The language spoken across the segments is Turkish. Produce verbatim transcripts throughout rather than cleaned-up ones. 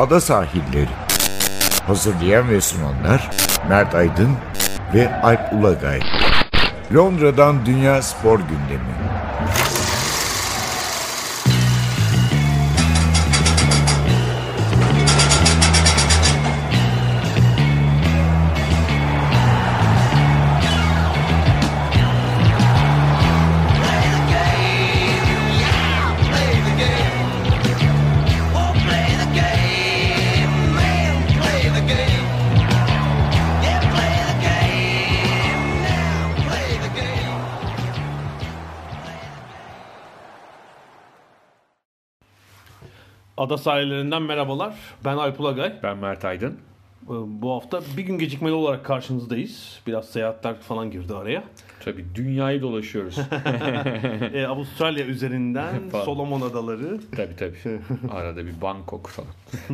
Ada Sahilleri. Hazırlayan ve sunanlar Mert Aydın ve Alp Ulagay. Londra'dan Dünya Spor Gündemi. Ada sahillerinden merhabalar. Ben Alp Ulagay. Ben Mert Aydın. Bu hafta bir gün gecikmeli olarak karşınızdayız. Biraz seyahatler falan girdi araya. Tabii dünyayı dolaşıyoruz. e, Avustralya üzerinden Solomon Adaları. Tabii tabii. Arada bir Bangkok falan.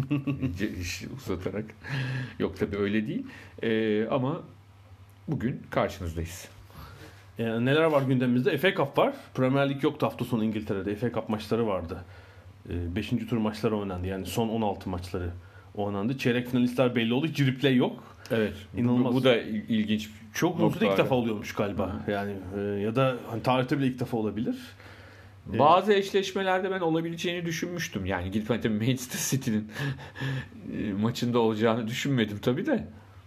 İş uzatarak. Yok tabii öyle değil. E, ama bugün karşınızdayız. E, neler var gündemimizde? F A Cup var. Premier Lig yoktu hafta sonu İngiltere'de. F A Cup maçları vardı. beşinci tur maçları oynandı. Yani son on altı maçları oynandı. Çeyrek finalistler belli oldu. Hiç replay yok. Evet. İnanılmaz. Bu, bu da ilginç. Çok uzun da ilk defa oluyormuş galiba. Hı. Yani e, ya da hani tarihte bile ilk defa olabilir. Bazı eşleşmelerde ben olabileceğini düşünmüştüm. Yani gidip hani Manchester City'nin maçında olacağını düşünmedim tabii de.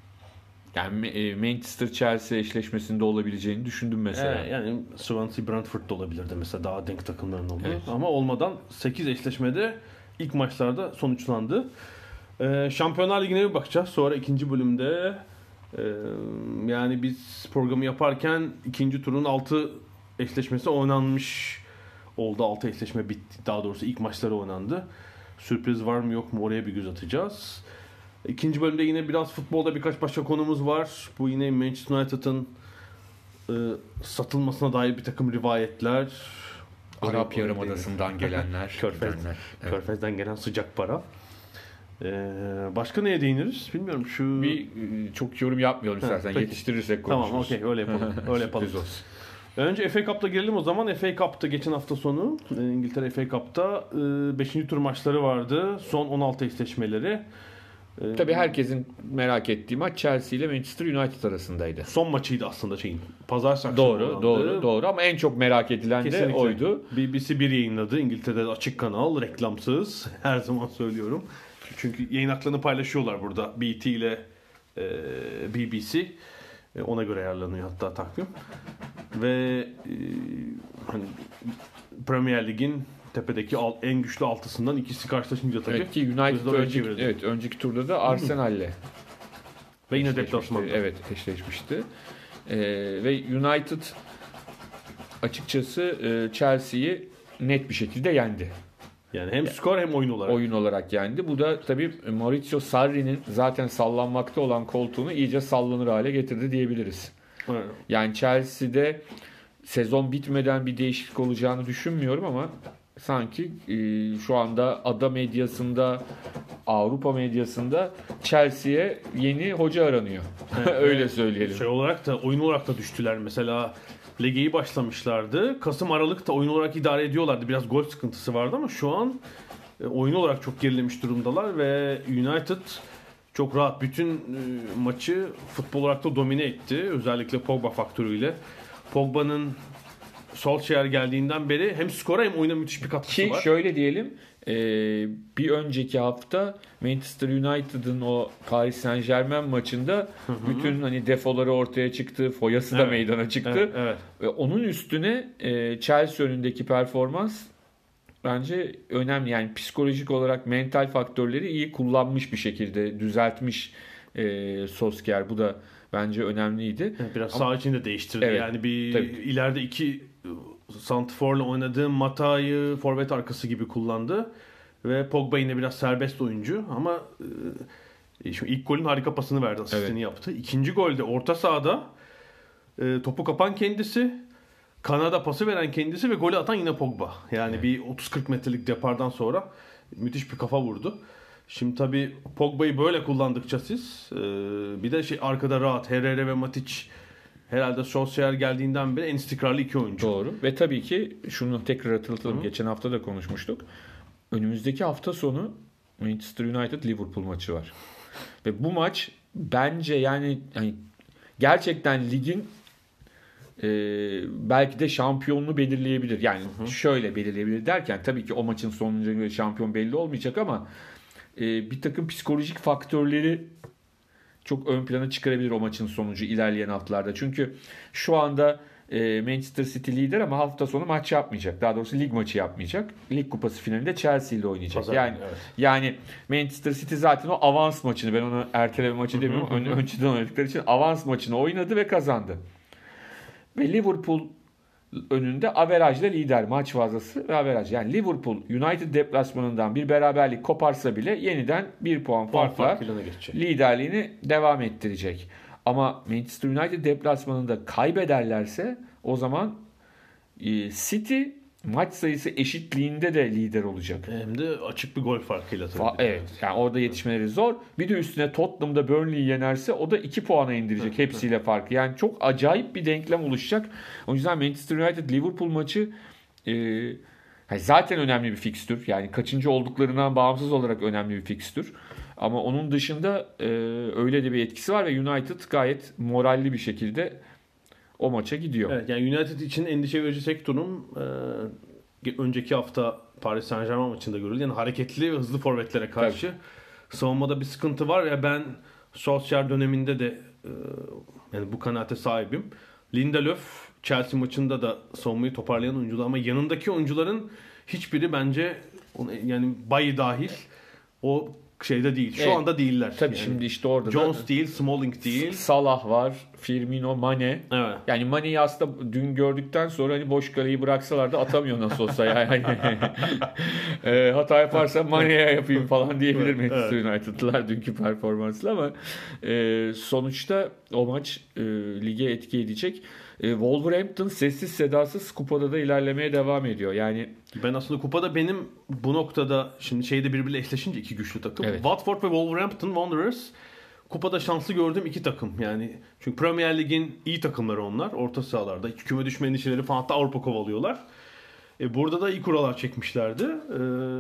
Yani Manchester Chelsea eşleşmesinde olabileceğini düşündüm mesela. Ee, yani Swansea Brentford'da olabilirdi mesela, daha denk takımların olduğu. Evet. Ama olmadan sekiz eşleşmede ilk maçlarda sonuçlandı. Ee, Şampiyonlar Ligi'ne bir bakacağız. Sonra ikinci bölümde e, yani biz programı yaparken ikinci turun altı eşleşmesi oynanmış oldu. altı eşleşme bitti. Daha doğrusu ilk maçları oynandı. Sürpriz var mı yok mu oraya bir göz atacağız. İkinci bölümde yine biraz futbolda birkaç başka konumuz var. Bu yine Manchester United'ın e, satılmasına dair bir takım rivayetler. Arap Yarımadası'ndan gelenler. Körfez, evet. Körfez'den gelen sıcak para. Ee, başka neye değiniriz? Bilmiyorum. Şu bir çok yorum yapmayalım ha, istersen. Peki. Yetiştirirsek konuşuruz. Tamam, okey, öyle yapalım. Öyle yapalım. Önce F A Cup'ta girelim o zaman. F A Cup'ta geçen hafta sonu İngiltere F A Cup'ta beşinci tur maçları vardı. Son on altı eşleşmeleri. Tabii herkesin merak ettiği maç Chelsea ile Manchester United arasındaydı. Son maçıydı aslında şeyin. Pazartesi akşamı Doğru, olandı. doğru, doğru ama en çok merak edilen Kesinlikle. de oydu. B B C bir yayınladı. İngiltere'de açık kanal, reklamsız. Her zaman söylüyorum. Çünkü yayın haklarını paylaşıyorlar burada. B T ile e, B B C. E, ona göre ayarlanıyor hatta takvim. Ve e, hani Premier Lig'in tepedeki en güçlü altısından ikisi karşılaşınca tabii. Evet ki United önceki, evet, önceki turda da Arsenal'le ve yine deplasmanda. Evet, eşleşmişti. Ee, ve United açıkçası e, Chelsea'yi net bir şekilde yendi. Yani hem skor hem oyun olarak. Oyun olarak yendi. Bu da tabii Maurizio Sarri'nin zaten sallanmakta olan koltuğunu iyice sallanır hale getirdi diyebiliriz. Evet. Yani Chelsea'de sezon bitmeden bir değişiklik olacağını düşünmüyorum ama sanki e, şu anda ada medyasında, Avrupa medyasında Chelsea'ye yeni hoca aranıyor. Evet, öyle söyleyelim. Şey olarak da, oyun olarak da düştüler. Mesela lige iyi başlamışlardı. Kasım Aralık'ta oyun olarak idare ediyorlardı. Biraz gol sıkıntısı vardı ama şu an e, oyun olarak çok gerilemiş durumdalar ve United çok rahat bütün e, maçı futbol olarak da domine etti. Özellikle Pogba faktörüyle. Pogba'nın Solskjaer geldiğinden beri hem skora hem oyuna müthiş bir katkısı Ki var. Ki şöyle diyelim, e, bir önceki hafta Manchester United'ın o Paris Saint-Germain maçında hı hı. bütün hani defoları ortaya çıktı, foyası da evet. meydana çıktı. Evet, evet. Ve onun üstüne e, Chelsea önündeki performans bence önemli. Yani psikolojik olarak mental faktörleri iyi kullanmış bir şekilde düzeltmiş e, Solskjaer. Bu da bence önemliydi. Biraz saha içinde değiştirdi. Evet, yani bir tabii. ileride iki santrforla oynadığı Mata'yı forvet arkası gibi kullandı. Ve Pogba yine biraz serbest oyuncu ama e, şu ilk golün harika pasını verdi, asistini evet. yaptı. İkinci golde orta sahada e, topu kapan kendisi, kanada pası veren kendisi ve golü atan yine Pogba. Yani evet. bir otuz kırk metrelik depardan sonra müthiş bir kafa vurdu. Şimdi tabii Pogba'yı böyle kullandıkça siz e, bir de şey arkada rahat Herrera ve Matic herhalde Solskjaer geldiğinden beri en istikrarlı iki oyuncu. Doğru. Ve tabii ki şunu tekrar hatırlatalım. Hı. Geçen hafta da konuşmuştuk. Önümüzdeki hafta sonu Manchester United Liverpool maçı var. Ve bu maç bence yani, yani gerçekten ligin e, belki de şampiyonluğu belirleyebilir. Yani hı hı. şöyle belirleyebilir derken tabii ki o maçın sonucuna göre şampiyon belli olmayacak ama e, bir takım psikolojik faktörleri çok ön plana çıkarabilir o maçın sonucu ilerleyen haftalarda. Çünkü şu anda e, Manchester City lider ama hafta sonu maç yapmayacak. Daha doğrusu lig maçı yapmayacak. Lig kupası finalinde Chelsea ile oynayacak. Pazar, yani evet. yani Manchester City zaten o avans maçını, ben onu erteleme maçı demiyorum. Ön, önceden oynadıkları için avans maçını oynadı ve kazandı. Ve Liverpool önünde averajla lider, maç fazlası ve averaj. Yani Liverpool United deplasmanından bir beraberlik koparsa bile yeniden bir puan farkla liderliğini devam ettirecek. Ama Manchester United deplasmanında kaybederlerse o zaman City maç sayısı eşitliğinde de lider olacak. Hem de açık bir gol farkıyla tabii. Fa- evet. Yani orada yetişmeleri zor. Bir de üstüne Tottenham'da Burnley'i yenerse o da iki puana indirecek hepsiyle farkı. Yani çok acayip bir denklem oluşacak. O yüzden Manchester United Liverpool maçı e, zaten önemli bir fikstür. Yani kaçıncı olduklarından bağımsız olarak önemli bir fikstür. Ama onun dışında e, öyle de bir etkisi var ve United gayet moralli bir şekilde o maça gidiyor. Evet, yani United için endişe verici tek durum e, önceki hafta Paris Saint-Germain maçında görüldü. Yani hareketli ve hızlı forvetlere karşı Tabii. savunmada bir sıkıntı var ya, ben Solskjaer döneminde de e, yani bu kanaate sahibim. Lindelöf Chelsea maçında da savunmayı toparlayan oyuncular ama yanındaki oyuncuların hiçbiri bence yani Bayi dahil o şeyde değil. Şu evet. anda değiller. Tabii yani. Şimdi işte orada Jones da değil, Smalling değil. Salah var, Firmino, Mane. Evet. Yani Mane'yi aslında dün gördükten sonra hani boş kaleyi bıraksalar da atamıyor nasıl olsa yani. e, hata yaparsa Mane'ye yapayım falan diyebilir evet. Manchester United'lılar dünkü performansla ama e, sonuçta o maç e, lige etki edecek. E, Wolverhampton sessiz sedasız kupada da ilerlemeye devam ediyor. Yani ben aslında kupada benim bu noktada şimdi şeyde birbiriyle eşleşince iki güçlü takım. Evet. Watford ve Wolverhampton Wanderers kupada şanslı gördüğüm iki takım. Yani çünkü Premier Lig'in iyi takımları onlar. Orta sahalarda. Hiç küme düşme endişeleri falan, hatta Avrupa kovalıyorlar. E, burada da iyi kurallar çekmişlerdi. E,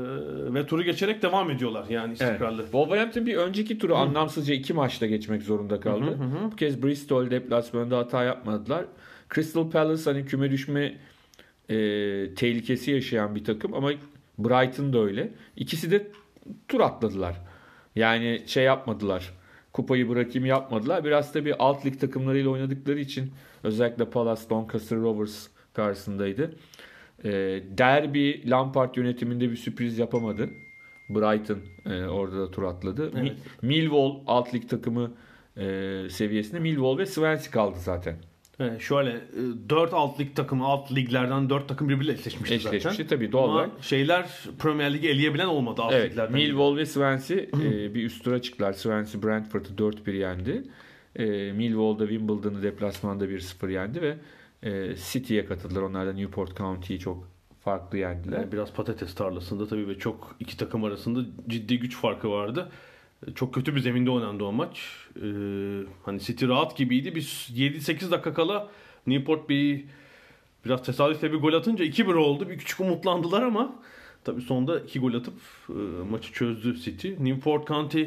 ve turu geçerek devam ediyorlar. Yani istikrarlı. Evet. Wolverhampton bir önceki turu hı. anlamsızca iki maçta geçmek zorunda kaldı. Hı hı hı. Bu kez Bristol deplasmanında hata yapmadılar. Crystal Palace hani küme düşme e, tehlikesi yaşayan bir takım ama Brighton da öyle. İkisi de tur atladılar. Yani şey yapmadılar. Kupayı bırakayım yapmadılar. Biraz da bir alt lig takımlarıyla oynadıkları için özellikle Palace, Doncaster Rovers karşısındaydı. E, Derby Lampard yönetiminde bir sürpriz yapamadı. Brighton e, orada da tur atladı. Evet. Millwall alt lig takımı e, seviyesinde. Millwall ve Swansea kaldı zaten. Evet, şöyle dört alt lig takımı, alt liglerden dört takım birbiriyle eşleşmişti zaten. Eşleşmişti tabii doğal olarak. Şeyler Premier Lig'i eleyebilen olmadı alt evet, liglerden. Millwall ve Swansea e, bir üst tura çıktılar. Swansea Brentford'u dört bir yendi. E, Millwall'da Wimbledon'u deplasmanda bir sıfır yendi ve e, City'ye katıldılar. Onlar da Newport County'yi çok farklı yendiler. Yani biraz patates tarlasında tabii ve çok iki takım arasında ciddi güç farkı vardı. Çok kötü bir zeminde oynandı o maç. Ee, hani City rahat gibiydi. Bir yedi sekiz dakika kala Newport bir biraz tesadüfle bir gol atınca iki bir oldu. Bir küçük umutlandılar ama tabii sonunda iki gol atıp e, maçı çözdü City. Newport County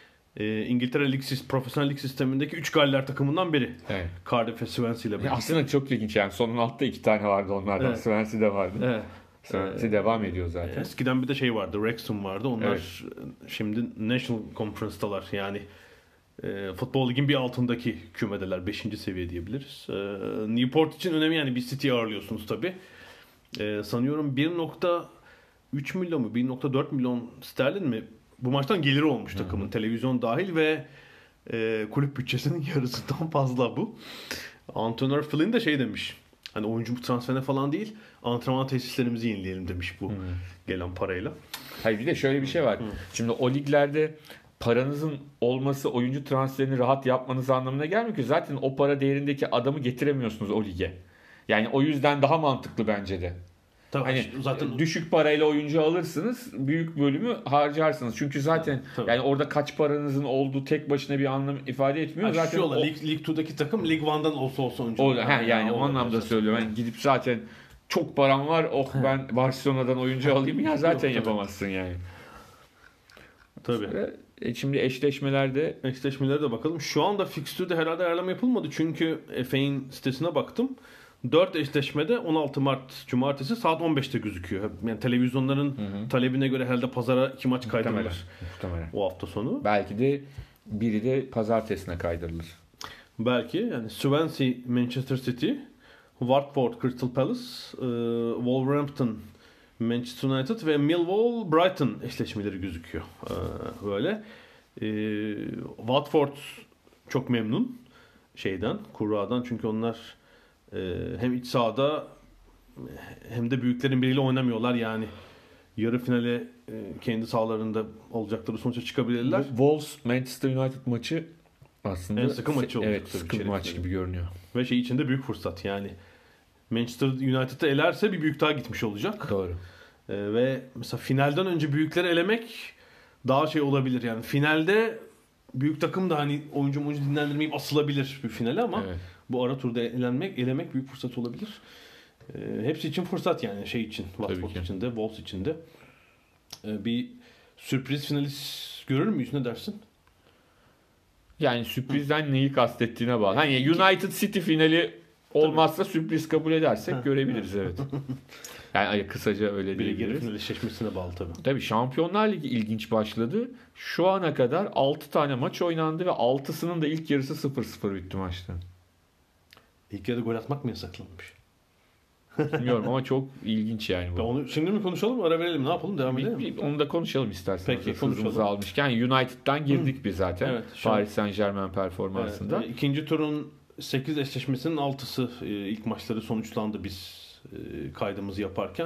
e, İngiltere Lig, profesyonel lig sistemindeki üç Galler takımından biri. Evet. Cardiff ve Swansea ile birlikte. Aslında çok ilginç yani. Sonun altta iki tane vardı onlardan. Evet. Swansea'de vardı. Evet. Swansea ee, devam ediyor zaten. Eskiden bir de şey vardı, Wrexham vardı. Onlar evet. şimdi National Conference'talar. Yani e, Futbol Lig'in bir altındaki kümedeler. beşinci seviye diyebiliriz. E, Newport için önemli, yani bir City'yi ağırlıyorsunuz tabii. E, sanıyorum bir nokta üç milyon mu bir nokta dört milyon sterlin mi bu maçtan geliri olmuş takımın. Hı-hı. Televizyon dahil ve e, kulüp bütçesinin yarısından fazla bu. Antrenör Flynn de şey demiş. Hani oyuncu transferine falan değil, antrenman tesislerimizi yenileyelim demiş bu hmm. gelen parayla. Hayır bir de şöyle bir şey var. Hmm. Şimdi o liglerde paranızın olması oyuncu transferini rahat yapmanız anlamına gelmiyor ki. Zaten o para değerindeki adamı getiremiyorsunuz o lige. Yani o yüzden daha mantıklı bence de. Tabii, hani zaten düşük parayla oyuncu alırsınız, büyük bölümü harcarsınız. Çünkü zaten tabii. yani orada kaç paranızın olduğu tek başına bir anlam ifade etmiyor. Ha, zaten o, Lig, Lig iki'deki takım Lig bir'den olsa olsa oyuncu. O, ha, yani, yani o anlamda söylüyorum. Yani gidip zaten çok param var, oh ben Barcelona'dan oyuncu alayım ya zaten yok, yapamazsın yani. Tabii. E şimdi eşleşmelerde eşleşmelere de bakalım. Şu anda fikstürde herhalde ayarlama yapılmadı. Çünkü F A'nin sitesine baktım. dört eşleşmede on altı Mart Cumartesi saat on beşte gözüküyor. Yani televizyonların hı hı. talebine göre herhalde pazara iki maç kaydırılır. Muhtemelen. Muhtemelen. O hafta sonu. Belki de biri de pazartesine kaydırılır. Belki. Yani Swansea Manchester City, Watford Crystal Palace, Wolverhampton Manchester United ve Millwall Brighton eşleşmeleri gözüküyor. Böyle. Watford çok memnun şeyden, kurradan. Çünkü onlar hem iç sahada hem de büyüklerin biriyle oynamıyorlar. Yani yarı finale kendi sahalarında olacakları sonuça çıkabilirler. Wolves Manchester United maçı aslında en sıkı maçı olacak. Evet, sıkı maç gibi görünüyor. Ve şey içinde büyük fırsat. Yani Manchester United'ı elerse bir büyük daha gitmiş olacak. Doğru. Ee, ve mesela finalden önce büyükleri elemek daha şey olabilir. Yani finalde büyük takım da hani oyuncu oyuncu dinlendirmeyip asılabilir bir finale ama evet. Bu ara turda elenmek, elemek büyük fırsat olabilir. Ee, hepsi için fırsat yani şey için, Watford için de, Wolves için de. Ee, bir sürpriz finalist görür müyüz? Ne dersin? Yani sürprizden Hı. neyi kastettiğine bağlı. Hani United City finali olmazsa Tabii. sürpriz kabul edersek ha. görebiliriz evet. Yani kısaca öyle diyebiliriz. Bir yarı final eşleşmesine bağlı tabii. Tabii Şampiyonlar Ligi ilginç başladı. Şu ana kadar altı tane maç oynandı ve altısının da ilk yarısı sıfır sıfır bitti maçta. İlk yarıda gol atmak mı yasaklanmış? Bilmiyorum ama çok ilginç yani bu. Onu şimdi mi konuşalım, ara verelim, ne yapalım, devam edelim mi? Onu da konuşalım istersen. Peki konuşalım. Almışken United'dan girdik Hı. biz zaten. Evet, Paris Saint-Germain performansında. Evet, ikinci turun sekiz eşleşmesinin altısı ilk maçları sonuçlandı biz kaydımızı yaparken.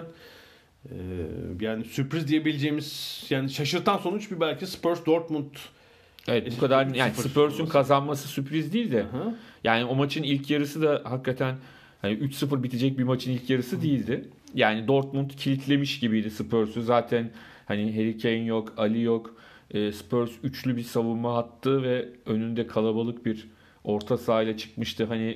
Yani sürpriz diyebileceğimiz, yani şaşırtan sonuç bir belki Spurs Dortmund. Evet, bu kadar yani Spurs'un kazanması sürpriz değil de. Hı-hı. Yani o maçın ilk yarısı da hakikaten hani üç sıfır bitecek bir maçın ilk yarısı değildi. Yani Dortmund kilitlemiş gibiydi Spurs'u. Zaten hani Harry Kane yok, Ali yok. Spurs üçlü bir savunma hattı ve önünde kalabalık bir orta sahayla çıkmıştı. Hani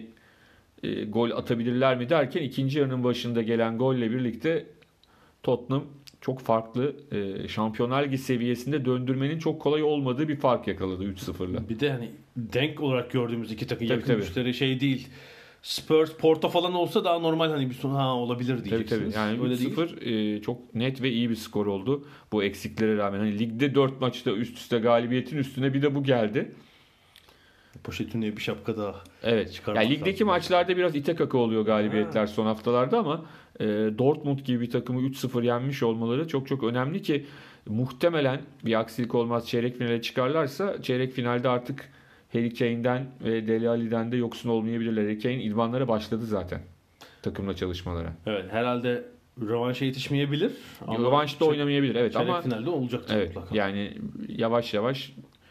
e, gol atabilirler mi derken ikinci yarının başında gelen golle birlikte Tottenham çok farklı e, Şampiyonlar Ligi seviyesinde döndürmenin çok kolay olmadığı bir fark yakaladı üç sıfırla. Bir de hani denk olarak gördüğümüz iki takım yakın güçleri şey değil. Spurs, Porto falan olsa daha normal hani bir son ha olabilir diyeceksiniz. Tabii, tabii. Yani üç sıfır e, çok net ve iyi bir skor oldu. Bu eksiklere rağmen hani ligde dört maçta üst üste galibiyetin üstüne bir de bu geldi. Pochettino'ya bir şapka daha evet. çıkarmak yani ligdeki lazım. Maçlarda biraz ite kaka oluyor galibiyetler ha. son haftalarda ama e, Dortmund gibi bir takımı üç sıfır yenmiş olmaları çok çok önemli ki muhtemelen bir aksilik olmaz çeyrek finale çıkarlarsa çeyrek finalde artık Harry Kane'den ve Dele Alli'den de yoksun olmayabilirler. Harry Kane idmanlara başladı zaten takımla çalışmalara. Evet, herhalde rövanşa yetişmeyebilir. Rövanşta oynamayabilir evet çeyrek ama finalde olacaktır evet, mutlaka. Yani yavaş yavaş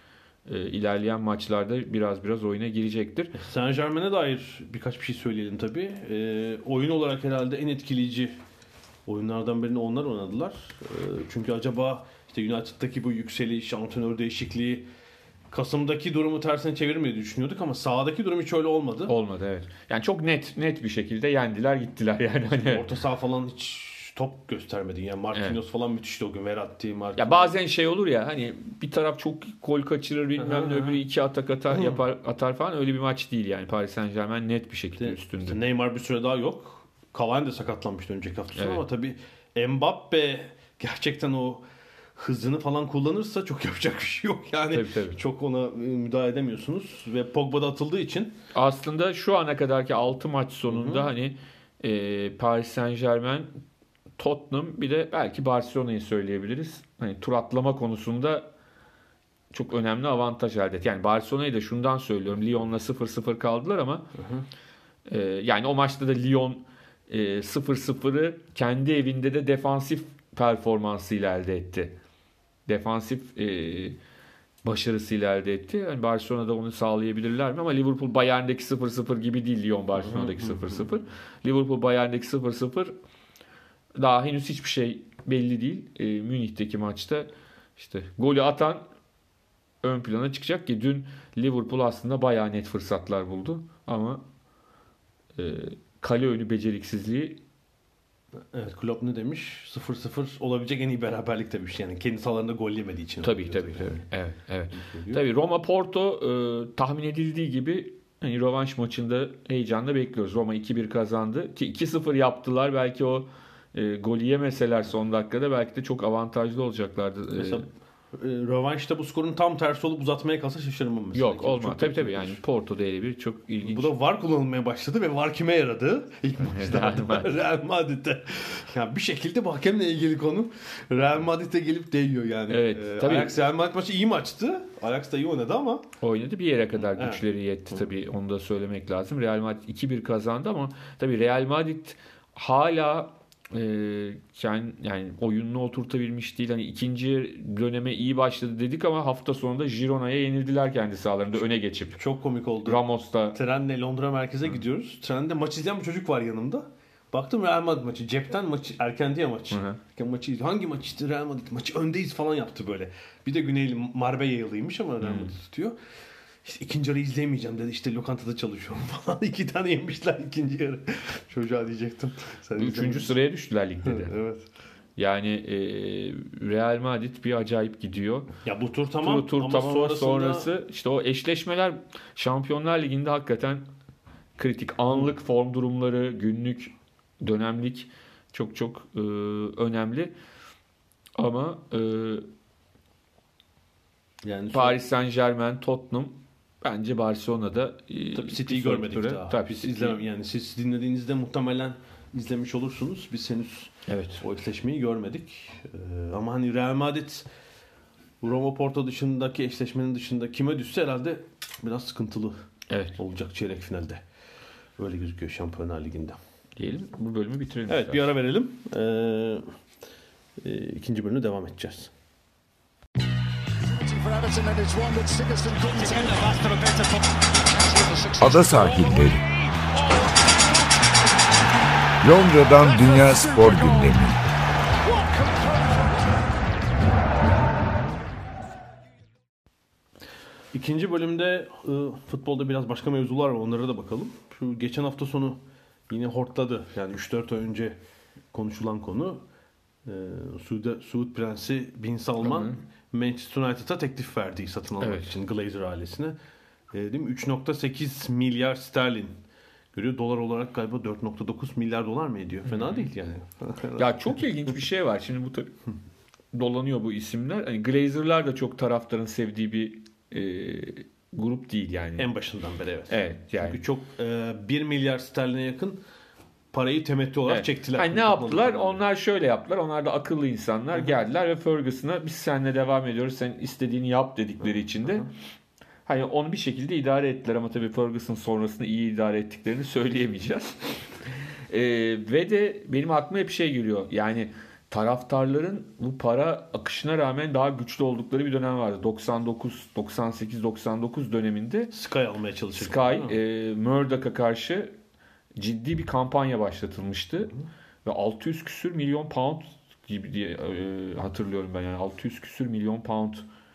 e, ilerleyen maçlarda biraz biraz oyuna girecektir. Saint Germain'e dair birkaç bir şey söyleyelim tabii. E, oyun olarak herhalde en etkileyici oyunlardan birini onlar oynadılar. E, çünkü acaba işte United'daki bu yükseliş, antrenör değişikliği Kasım'daki durumu tersine çevirmeyi düşünüyorduk ama sahadaki durum hiç öyle olmadı. Olmadı evet. Yani çok net net bir şekilde yendiler gittiler yani. Hani... Orta saha falan hiç top göstermedi. Yani Marquinhos evet. falan müthişti o gün. Verratti, Marquinhos. Ya bazen şey olur ya hani bir taraf çok gol kaçırır bilmem ne öbürü iki atak atar yapar atar falan öyle bir maç değil yani. Paris Saint-Germain net bir şekilde işte, üstündü. İşte Neymar bir süre daha yok. Cavani de sakatlanmıştı önceki hafta sonu evet. ama tabii Mbappe gerçekten o hızını falan kullanırsa çok yapacak bir şey yok. Yani tabii, tabii. çok ona müdahale edemiyorsunuz ve Pogba'da atıldığı için. Aslında şu ana kadarki altı maç sonunda Hı-hı. hani e, Paris Saint-Germain, Tottenham bir de belki Barcelona'yı söyleyebiliriz. Hani tur atlama konusunda çok önemli avantaj elde etti. Yani Barcelona'yı da şundan söylüyorum. Lyon'la sıfır sıfır kaldılar ama e, yani o maçta da Lyon e, sıfır sıfırı kendi evinde de defansif performansıyla elde etti. Defansif e, başarısıyla elde etti. Yani Barcelona'da onu sağlayabilirler mi? Ama Liverpool Bayern'deki sıfır sıfır gibi değil Lyon Barcelona'daki sıfır sıfır. Liverpool Bayern'deki sıfır sıfır daha henüz hiçbir şey belli değil. E, Münih'teki maçta işte golü atan ön plana çıkacak ki dün Liverpool aslında bayağı net fırsatlar buldu ama e, kale önü beceriksizliği Evet, Klopp ne demiş? sıfır sıfır olabilecek en iyi beraberlik demiş. Yani kendi sahalarında gol yemediği için. Tabii tabii tabii. Evet evet. Tabii Roma Porto e, tahmin edildiği gibi hani rövanş maçında heyecanla bekliyoruz. Roma iki bir kazandı ki iki sıfır yaptılar. Belki o e, golü yemeseler son dakikada belki de çok avantajlı olacaklardı. Mesela e, rövanşta bu skorun tam tersi olup uzatmaya kalsa şaşırmam mesela. Yok olmaz. Tabii tabii yani Porto'da öyle bir çok ilginç. Bu da V A R kullanılmaya başladı ve V A R kime yaradı? İlk maçta Real Madrid'de. Yani bir şekilde bu hakemle ilgili konu Real Madrid'e gelip değiyor yani. Evet, ee, tabii. Ajax Real Madrid maçı iyi maçtı. Ajax da iyi oynadı ama oynadı, bir yere kadar evet. güçleri yetti tabii, onu da söylemek lazım. Real Madrid iki bir kazandı ama tabii Real Madrid hala e, yani, yani oyununu oturtabilmiş değil. Hani ikinci döneme iyi başladı dedik ama hafta sonunda Girona'ya yenildiler kendi sahalarında öne geçip. Çok komik oldu. Ramos'ta. Trenle Londra merkeze gidiyoruz. Trende maç izleyen bir çocuk var yanımda. Baktım Real Madrid maçı. Cepten maçı. Erken diye maç. Erken maçı izliyor. Hangi maç işte Real Madrid maçı? Öndeyiz falan yaptı böyle. Bir de Güneyli Marbella'lıymış ama Real Madrid tutuyor. İşte ikinci yarı izleyemeyeceğim dedi. İşte lokantada çalışıyorum falan. İki tane yemişler ikinci yarı. Çocuğa diyecektim. Sen Üçüncü sıraya düştüler ligde de. Evet. Yani e, Real Madrid bir acayip gidiyor. Ya bu tur tamam. Tur, tur ama tamam sonrasında... sonrası işte o eşleşmeler Şampiyonlar Ligi'nde hakikaten kritik. Anlık form durumları, günlük, dönemlik çok çok e, önemli. Ama e, yani Paris Saint-Germain, Tottenham, bence Barcelona'da e, tabii City'yi görmedik süre, daha. Tabii biz City. izlemem yani siz dinlediğinizde muhtemelen izlemiş olursunuz. Biz henüz evet. o eşleşmeyi görmedik. Ee, ama hani Real Madrid Roma Porto dışındaki eşleşmenin dışında kime düşse herhalde biraz sıkıntılı evet. olacak çeyrek finalde. Öyle gözüküyor Şampiyonlar Ligi'nde. Diyelim bu bölümü bitirelim. Evet, bir ara verelim. Ee, e, ikinci bölümde devam edeceğiz. Ada sahilleri. Londra'dan Dünya Spor Gündemi. İkinci bölümde e, futbolda biraz başka mevzular var. Onlara da bakalım. Şu geçen hafta sonu yine hortladı. Yani üç dört ay önce konuşulan konu. E, Suud, Suud Prensi Bin Salman hı hı. Manchester United'a teklif verdiği satın almak evet. için Glazer ailesine. E, değil mi? üç nokta sekiz milyar sterlin görüyor. Dolar olarak galiba dört nokta dokuz milyar dolar mı ediyor? Fena hı-hı. değil yani. Ya çok ilginç bir şey var. Şimdi bu tabii dolanıyor bu isimler. Hani Glazer'lar da çok taraftarın sevdiği bir e, grup değil yani. En başından beri evet. Evet yani. Çünkü çok e, bir milyar sterline yakın parayı temettü olarak evet. çektiler. Hani ne yaptılar? Onlar şöyle yaptılar. Onlar da akıllı insanlar. Hı-hı. Geldiler ve Ferguson'a biz seninle devam ediyoruz. Sen istediğini yap dedikleri için de hani onu bir şekilde idare ettiler ama tabii Ferguson sonrasında iyi idare ettiklerini söyleyemeyeceğiz. e, ve de benim aklıma hep şey geliyor. Yani taraftarların bu para akışına rağmen daha güçlü oldukları bir dönem vardı. doksan dokuz, doksan sekiz, doksan dokuz döneminde Sky almaya çalışırdı. Sky e, Murdoch'a karşı ciddi bir kampanya başlatılmıştı. Hı. Ve altı yüz küsür milyon pound gibi diye e, hatırlıyorum ben. Yani altı yüz küsür milyon pound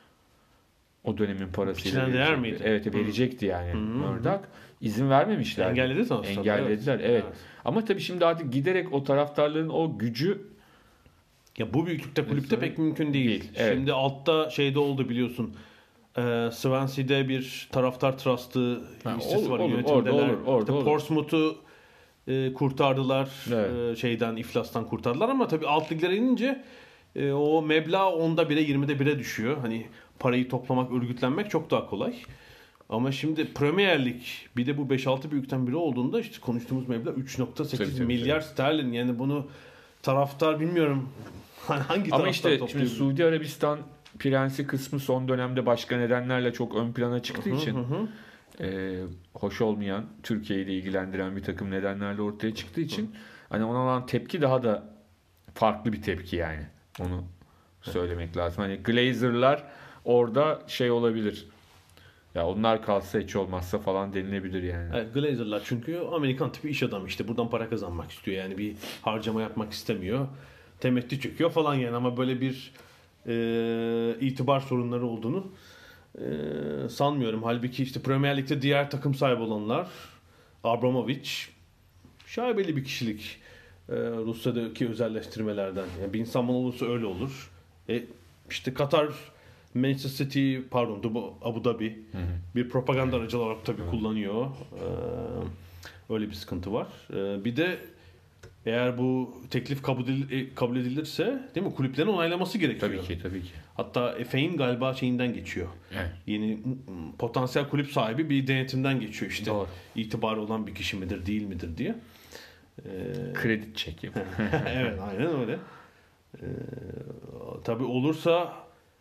o dönemin parasıyla verecekti. Değer miydi? Evet, verecekti yani. Hı. Murdoch. İzin vermemişler. Engelledi sonuçta. Engellediler evet. evet. Ama tabii şimdi artık giderek o taraftarların o gücü ya bu büyüklükte kulüpte pek mümkün değil. değil evet. Şimdi altta şeyde oldu biliyorsun. Ee, Swansea'de bir taraftar trust'ı listesi var yönetimdeler. Orada olur, orada işte Portsmouth'u e, kurtardılar. Evet. E, şeyden iflastan kurtardılar ama tabii alt liglere inince e, o meblağ onda bire yirmide bire düşüyor. Hani parayı toplamak, örgütlenmek çok daha kolay. Ama şimdi Premier Lig bir de bu beş altı büyükten biri olduğunda işte konuştuğumuz meblağ üç nokta sekiz milyar tabii. sterlin. Yani bunu taraftar bilmiyorum hangi ama işte şimdi Suudi Arabistan prensi kısmı son dönemde başka nedenlerle çok ön plana çıktığı hı hı, için hı. E, hoş olmayan, Türkiye'yi de ilgilendiren bir takım nedenlerle ortaya çıktığı için hı. hani ona olan tepki daha da farklı bir tepki yani. Onu söylemek evet. lazım. Hani Glazer'lar orada şey olabilir. Ya onlar kalsa hiç olmazsa falan denilebilir yani. Evet, Glazer'lar çünkü Amerikan tipi iş adamı işte buradan para kazanmak istiyor. Yani bir harcama yapmak istemiyor. Temettü çöküyor falan yani ama böyle bir e, itibar sorunları olduğunu e, sanmıyorum. Halbuki işte Premier Lig'de diğer takım sahibi olanlar Abramovich şaibeli bir kişilik. Ee, Rusya'daki özelleştirmelerden. Yani bir insan olursa öyle olur. E, işte Katar, Manchester City, pardon Dubai, Abu Dhabi hı hı. bir propaganda aracı olarak tabii hı. kullanıyor. Ee, öyle bir sıkıntı var. Ee, bir de eğer bu teklif kabul, edil, kabul edilirse değil mi kulüplerin onaylaması gerekiyor. Tabii ki, tabii ki. Hatta F A'nin galiba şeyinden geçiyor. Evet. Yeni potansiyel kulüp sahibi bir denetimden geçiyor işte. Doğru. İtibarı olan bir kişi midir, değil midir diye. Ee, Kredi çeki. Evet, aynen öyle. Ee, tabii olursa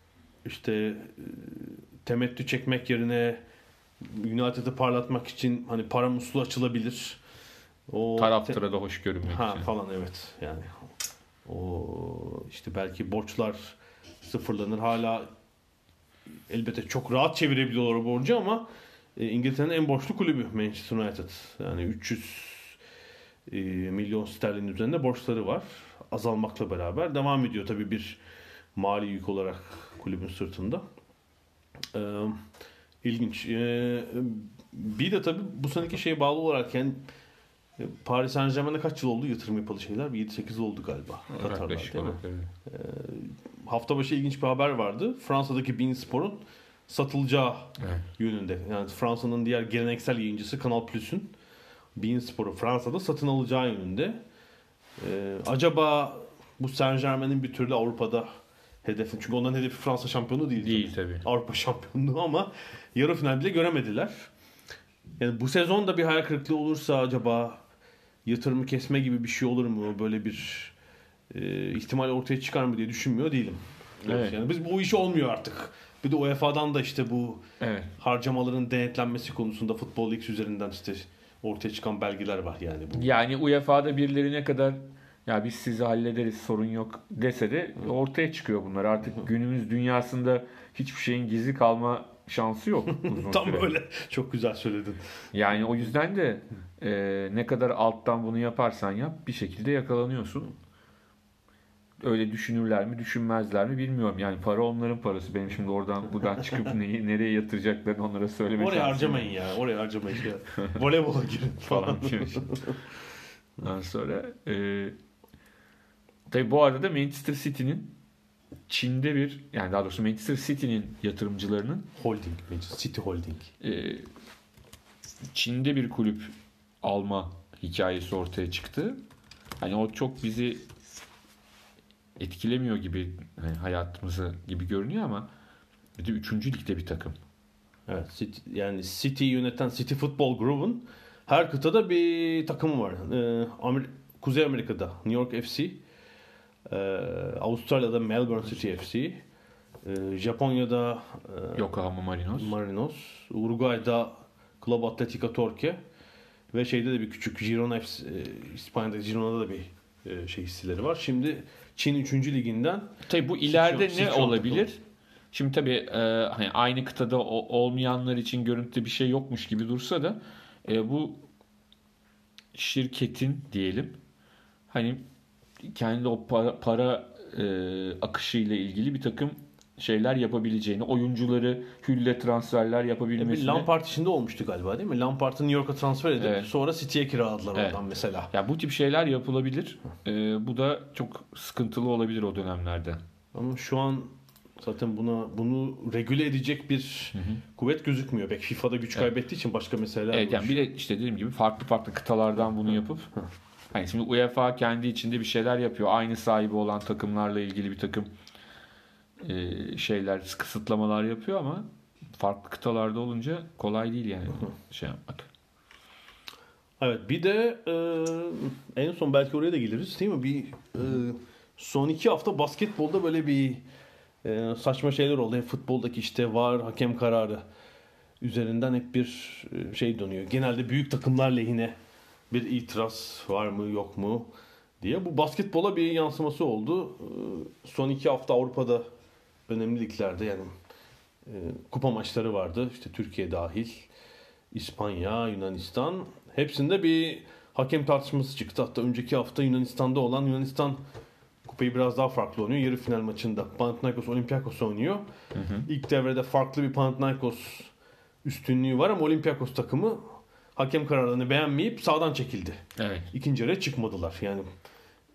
işte temettü çekmek yerine United'ı parlatmak için hani para musluğu açılabilir. O taraftıra te- da hoş görünmek ha, için. Falan evet yani. O işte belki borçlar sıfırlanır. Hala elbette çok rahat çevirebiliyorlar o borcu ama e, İngiltere'nin en borçlu kulübü Manchester United. Yani üç yüz e, milyon sterlin üzerinde borçları var. Azalmakla beraber devam ediyor tabii bir mali yük olarak kulübün sırtında. Ee, ilginç. Ee, bir de tabii bu seneki şeye bağlı olarak yani Paris Saint-Germain'e kaç yıl oldu yatırım yapalı şeyler? Bir yedi sekiz yıl oldu galiba. Katar'da değil mi? Ee, hafta başı ilginç bir haber vardı. Fransa'daki beIN Spor'un satılacağı evet. yönünde. Yani Fransa'nın diğer geleneksel yayıncısı Canal Plus'un beIN Spor'u Fransa'da satın alacağı yönünde. Ee, acaba bu Saint-Germain'in bir türlü Avrupa'da hedefi. Çünkü onların hedefi Fransa şampiyonu değil. Değil tabii. tabii. Avrupa şampiyonluğu ama yarı final bile göremediler. Yani bu sezon da bir hayal kırıklığı olursa acaba yatırımı kesme gibi bir şey olur mu? Böyle bir e, ihtimal ortaya çıkar mı diye düşünmüyor değilim. Evet. Yani biz bu iş olmuyor artık. Bir de U E F A'dan da işte bu evet. harcamaların denetlenmesi konusunda Futbol Leaks üzerinden işte ortaya çıkan belgeler var yani. Bu. Yani U E F A'da birileri ne kadar ya biz sizi hallederiz sorun yok dese de ortaya çıkıyor bunlar. Artık Hı. günümüz dünyasında hiçbir şeyin gizli kalma şansı yok. Tam süre. Öyle. Çok güzel söyledin. Yani o yüzden de e, ne kadar alttan bunu yaparsan yap bir şekilde yakalanıyorsun. Öyle düşünürler mi düşünmezler mi bilmiyorum. Yani para onların parası. Benim şimdi oradan buradan çıkıp neyi, nereye yatıracaklarını onlara söylemek lazım. Oraya harcamayın ya. Oraya harcamayın. Voleybola girin falan. Ondan sonra e, tabii bu arada Manchester City'nin Çin'de bir yani daha doğrusu Manchester City'nin yatırımcılarının holding, Manchester City Holding. E, Çin'de bir kulüp alma hikayesi ortaya çıktı. Hani o çok bizi etkilemiyor gibi hani hayatımızı gibi görünüyor ama bir de üçüncü ligde bir takım. Evet, City, yani City yöneten City Football Group'un her kıtada bir takımı var. Ee, Amer- Kuzey Amerika'da New York F C, ee, Avustralya'da Melbourne City F C, ee, Japonya'da e, Yokohama Marinos, Marinos, Uruguay'da Club Atlético Torque ve şeyde de bir küçük Girona F C, e, İspanya'da Girona'da da bir e, şey hisseleri var. Şimdi Çin üçüncü liginden. Tabii bu ileride Sichon, ne Sichon olabilir? Takım. Şimdi tabii e, hani aynı kıtada o, olmayanlar için görüntüde bir şey yokmuş gibi dursa da e, bu şirketin diyelim hani kendi o para, para e, akışıyla ilgili bir takım şeyler yapabileceğini, oyuncuları hülle transferler yapabilmesini. Lampard içinde olmuştu galiba değil mi? Lampard'ı New York'a transfer edip evet. sonra City'ye kiraladılar evet. oradan mesela. Ya bu tip şeyler yapılabilir. Ee, bu da çok sıkıntılı olabilir o dönemlerde. Ama şu an zaten buna bunu regüle edecek bir hı hı. kuvvet gözükmüyor. Belki FIFA'da güç evet. kaybettiği için başka meseleler evet, yani bir de işte dediğim gibi farklı farklı kıtalardan bunu yapıp hani şimdi U E F A kendi içinde bir şeyler yapıyor. Aynı sahibi olan takımlarla ilgili bir takım e, şeyler, kısıtlamalar yapıyor ama farklı kıtalarda olunca kolay değil yani şey yapmak. Evet, bir de e, en son belki oraya da geliriz değil mi? Bir e, son iki hafta basketbolda böyle bir e, saçma şeyler oldu. Hem futboldaki işte var hakem kararı üzerinden hep bir e, şey dönüyor. Genelde büyük takımlar lehine bir itiraz var mı yok mu diye. Bu basketbola bir yansıması oldu. E, son iki hafta Avrupa'da önemli liglerde yani e, kupa maçları vardı. İşte Türkiye dahil. İspanya, Yunanistan. Hepsinde bir hakem tartışması çıktı. Hatta önceki hafta Yunanistan'da olan Yunanistan kupayı biraz daha farklı oynuyor. Yarı final maçında Panathinaikos Olympiakos oynuyor. Hı hı. İlk devrede farklı bir Panathinaikos üstünlüğü var ama Olympiakos takımı hakem kararlarını beğenmeyip sağdan çekildi. Evet. İkinci yarıya çıkmadılar. Yani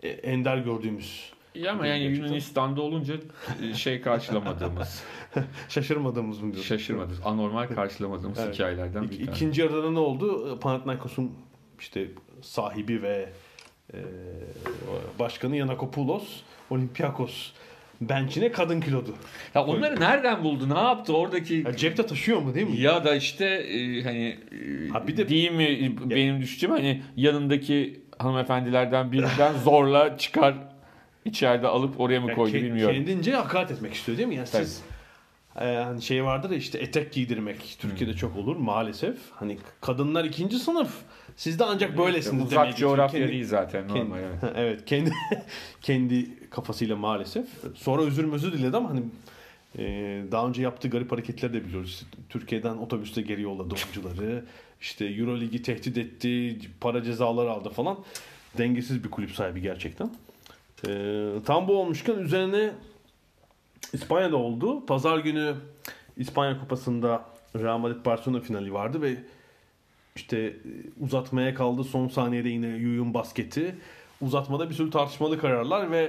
ender gördüğümüz. İyi ama yani gerçekten Yunanistan'da olunca şey karşılamadığımız. Şaşırmadığımız mı diyorsun? Şaşırmadığımız, anormal karşılamadığımız evet. hikayelerden bir tanesi. İkinci yarıda ne oldu? Panathinaikos'un işte sahibi ve e, başkanı Yanakopoulos Olympiakos bench'ine kadın kilodu. Ya onları nereden buldu? Ne yaptı oradaki? Ya cepte taşıyor mu değil mi? Ya da işte e, hani ha bir de değil mi ya, benim düşüncem hani yanındaki hanımefendilerden birinden zorla çıkar içeride alıp oraya mı koydu ya, bilmiyorum. Kendince hakaret etmek istiyor değil mi? Yani siz e, hani şey vardır ya işte etek giydirmek Türkiye'de hmm. çok olur maalesef. Hani kadınlar ikinci sınıf. Siz de ancak böylesiniz uzak demek. Uzak coğrafya kendi, değil zaten normal. Kendi, evet. evet kendi kendi kafasıyla maalesef. Sonra özür özür diledi ama hani e, daha önce yaptığı garip hareketleri de biliyoruz. İşte, Türkiye'den otobüste geri yolladı oyuncuları. İşte Euroligi tehdit etti, para cezaları aldı falan. Dengesiz bir kulüp sahibi gerçekten. E, tam bu olmuşken üzerine İspanya'da oldu. Pazar günü İspanya Kupası'nda Real Madrid Barcelona finali vardı ve işte uzatmaya kaldı. Son saniyede yine Yuyun basketi. Uzatmada bir sürü tartışmalı kararlar ve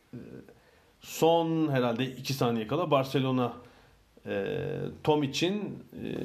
son herhalde iki saniye kala Barcelona e, Tomic'in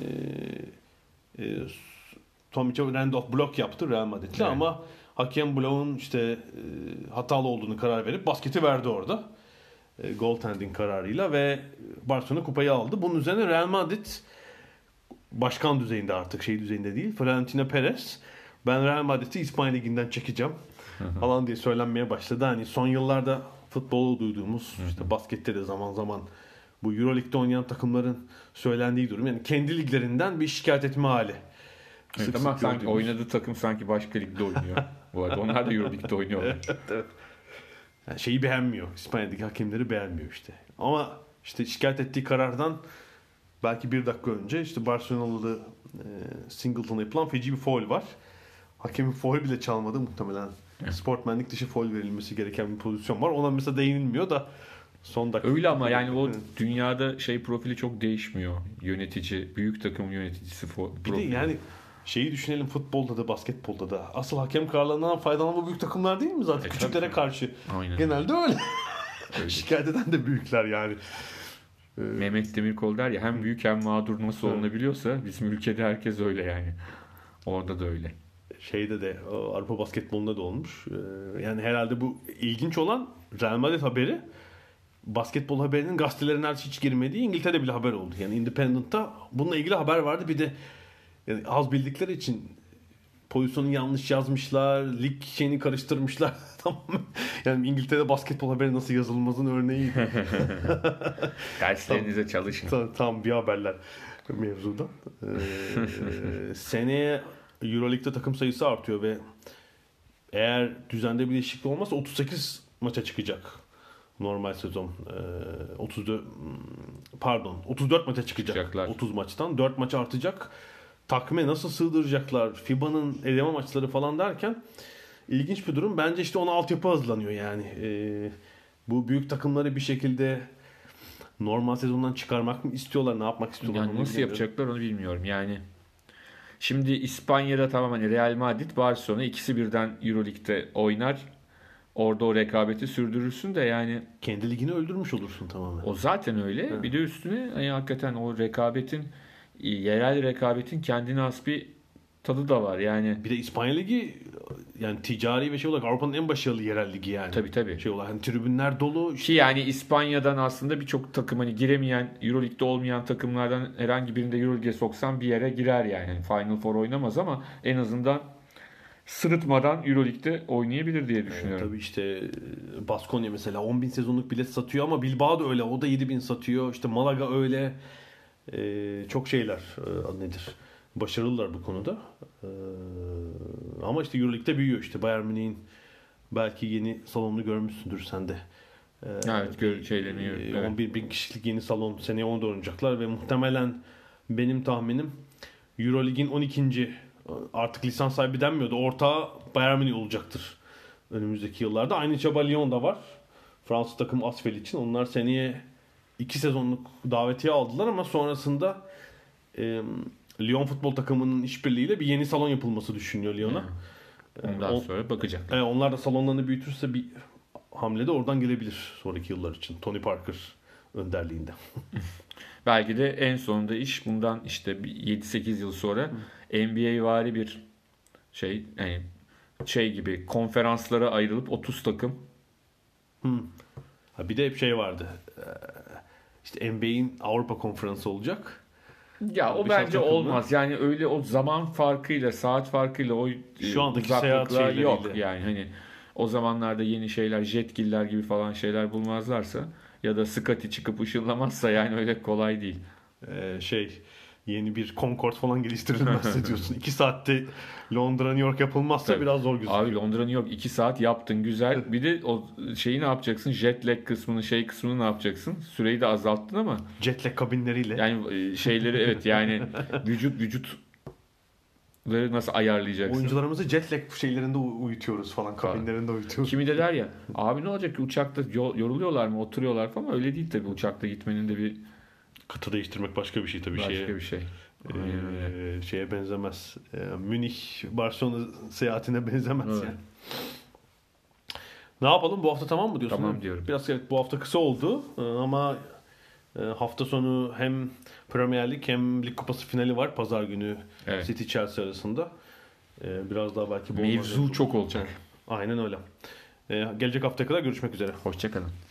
e, e, Tomic'e Randolph blok yaptı Real Madrid'le evet. Ama hakem bloğun işte e, hatalı olduğunu karar verip basketi verdi orada. E, goaltending kararıyla ve Barcelona kupayı aldı. Bunun üzerine Real Madrid başkan düzeyinde artık şey düzeyinde değil. Florentino Perez ben Real Madrid'i İspanya Ligi'nden çekeceğim falan diye söylenmeye başladı. Hani son yıllarda futbolu duyduğumuz işte baskette de zaman zaman bu Euroleague'de oynayan takımların söylendiği durum. Yani kendi liglerinden bir şikayet etme hali. Evet, sık ama sık sanki oynadığı takım sanki başka ligde oynuyor. Bu arada onlar da Euroleague'de oynuyorlar. Evet, evet. Yani şeyi beğenmiyor. İspanya'daki hakemleri beğenmiyor işte. Ama işte şikayet ettiği karardan belki bir dakika önce işte Barcelonalı e, Singleton'a yapılan feci bir faul var. Hakemin faul bile çalmadı muhtemelen. Evet. Sportmenlik dışı faul verilmesi gereken bir pozisyon var. Ona mesela değinilmiyor da son dakika. Öyle ama yani o dünyada şey profili çok değişmiyor. Yönetici, büyük takım yöneticisi profili. Bir de yani şeyi düşünelim futbolda da basketbolda da. Asıl hakem kararlarından faydalanan bu büyük takımlar değil mi zaten? E, küçüklere tabii. Karşı. Aynen. Genelde öyle. öyle. Şikayet eden de büyükler yani. Mehmet Demirkol der ya hem büyük hem mağdur nasıl evet. olunabiliyorsa bizim ülkede herkes öyle yani. Orada da öyle. Şeyde de Avrupa basketbolunda da olmuş. Yani herhalde bu ilginç olan Real Madrid haberi basketbol haberinin gazetelerine hiç girmediği İngiltere'de bile haber oldu. Yani Independent'ta bununla ilgili haber vardı. Bir de yani az bildikleri için pozisyonu yanlış yazmışlar, lig şeyini karıştırmışlar. Tamam. Yani İngiltere'de basketbol haberi nasıl yazılmazın örneği. Derslerinize çalışın. Tam, tam bir haberler mevzudan. Ee, seneye Euroleague'de takım sayısı artıyor ve eğer düzende bir değişiklik olmazsa otuz sekiz maça çıkacak. Normal sezon ee, otuz dört pardon otuz dört maça çıkacak. Çıkacaklar. otuz maçtan dört maç artacak. Takvime nasıl sığdıracaklar? FIBA'nın eleme maçları falan derken ilginç bir durum. Bence işte ona altyapı hazırlanıyor yani. Ee, bu büyük takımları bir şekilde normal sezondan çıkarmak mı istiyorlar? Ne yapmak istiyorlar? Yani nasıl yapacaklar onu bilmiyorum. Yani şimdi İspanya'da tamam hani Real Madrid, Barcelona ikisi birden Euroleague'de oynar. Orada o rekabeti sürdürürsün de yani kendi ligini öldürmüş olursun tamamen. O zaten öyle. Evet. Bir de üstüne hani hakikaten o rekabetin yerel rekabetin kendine has bir tadı da var yani. Bir de İspanya Ligi yani ticari ve şey olarak Avrupa'nın en başarılı yerel ligi yani. Tabii tabii. Şey olarak hani tribünler dolu. Ki yani İspanya'dan aslında birçok takım hani giremeyen, Euroleague'de olmayan takımlardan herhangi birinde Euroleague'e soksan bir yere girer yani. yani Final Four oynamaz ama en azından sırıtmadan Euroleague'de oynayabilir diye düşünüyorum. Evet, tabii işte Baskonya mesela on bin sezonluk bilet satıyor ama Bilbao da öyle. O da yedi bin satıyor. İşte Malaga öyle. Ee, çok şeyler e, nedir? Başarılılar bu konuda. Ee, ama işte Euroleague'de büyüyor. İşte Bayern Münih'in belki yeni salonunu görmüşsündür sen de. Ee, evet, gör, şeyleniyor. Evet. on bir bin kişilik yeni salon seneye onu da oynayacaklar ve muhtemelen benim tahminim Euroleague'in on ikinci artık lisans sahibi denmiyordu. Ortağı Bayern Münih olacaktır önümüzdeki yıllarda. Aynı çaba Lyon'da var. Fransız takım Asvel için. Onlar seneye iki sezonluk davetiye aldılar ama sonrasında e, Lyon futbol takımının işbirliğiyle bir yeni salon yapılması düşünüyor Lyon'a. Hmm. Ondan On, sonra bakacaklar. E, onlar da salonlarını büyütürse bir hamle de oradan gelebilir sonraki yıllar için. Tony Parker önderliğinde. Belki de en sonunda iş bundan işte yedi sekiz yıl sonra Hı. N B A'vari bir şey, yani şey gibi konferanslara ayrılıp otuz takım. Hmm. Ha, bir de hep şey vardı. Ee, işte N B A'in Avrupa Konferansı olacak. Ya o bence olmaz. Yani öyle o zaman farkıyla, saat farkıyla o şu andaki seyahat şeyleriyle yok yani hani o zamanlarda yeni şeyler, jetgiller gibi falan şeyler bulmazlarsa ya da Scotty çıkıp ışınlamazsa yani öyle kolay değil. Ee, şey yeni bir Concorde falan geliştirilmezse diyorsun. iki saatte Londra New York yapılmazsa Tabii. biraz zor gözüküyor. Abi Londra New York iki saat yaptın güzel. Bir de o şeyi ne yapacaksın? Jet lag kısmını, şey kısmını ne yapacaksın? Süreyi de azalttın ama. Jet lag kabinleriyle. Yani şeyleri evet yani vücut vücut nasıl ayarlayacaksın? Oyuncularımızı jet lag şeylerinde uyutuyoruz falan, kabinlerinde uyutuyoruz. Kimi de der ya abi ne olacak ki uçakta yoruluyorlar mı, oturuyorlar falan, öyle değil tabii. Uçakta gitmenin de bir kıta değiştirmek başka bir şey tabii. Başka şeye, bir şey. E, şeye benzemez. E, Münih Barcelona seyahatine benzemez evet. yani. Ne yapalım, bu hafta tamam mı diyorsun? Tamam diyorum. Biraz evet, bu hafta kısa oldu ama hafta sonu hem Premier Lig hem Lig Kupası finali var pazar günü evet. City Chelsea arasında. Biraz daha belki mevzu çok olacak. Aynen öyle. Gelecek haftaya kadar görüşmek üzere. Hoşça kalın.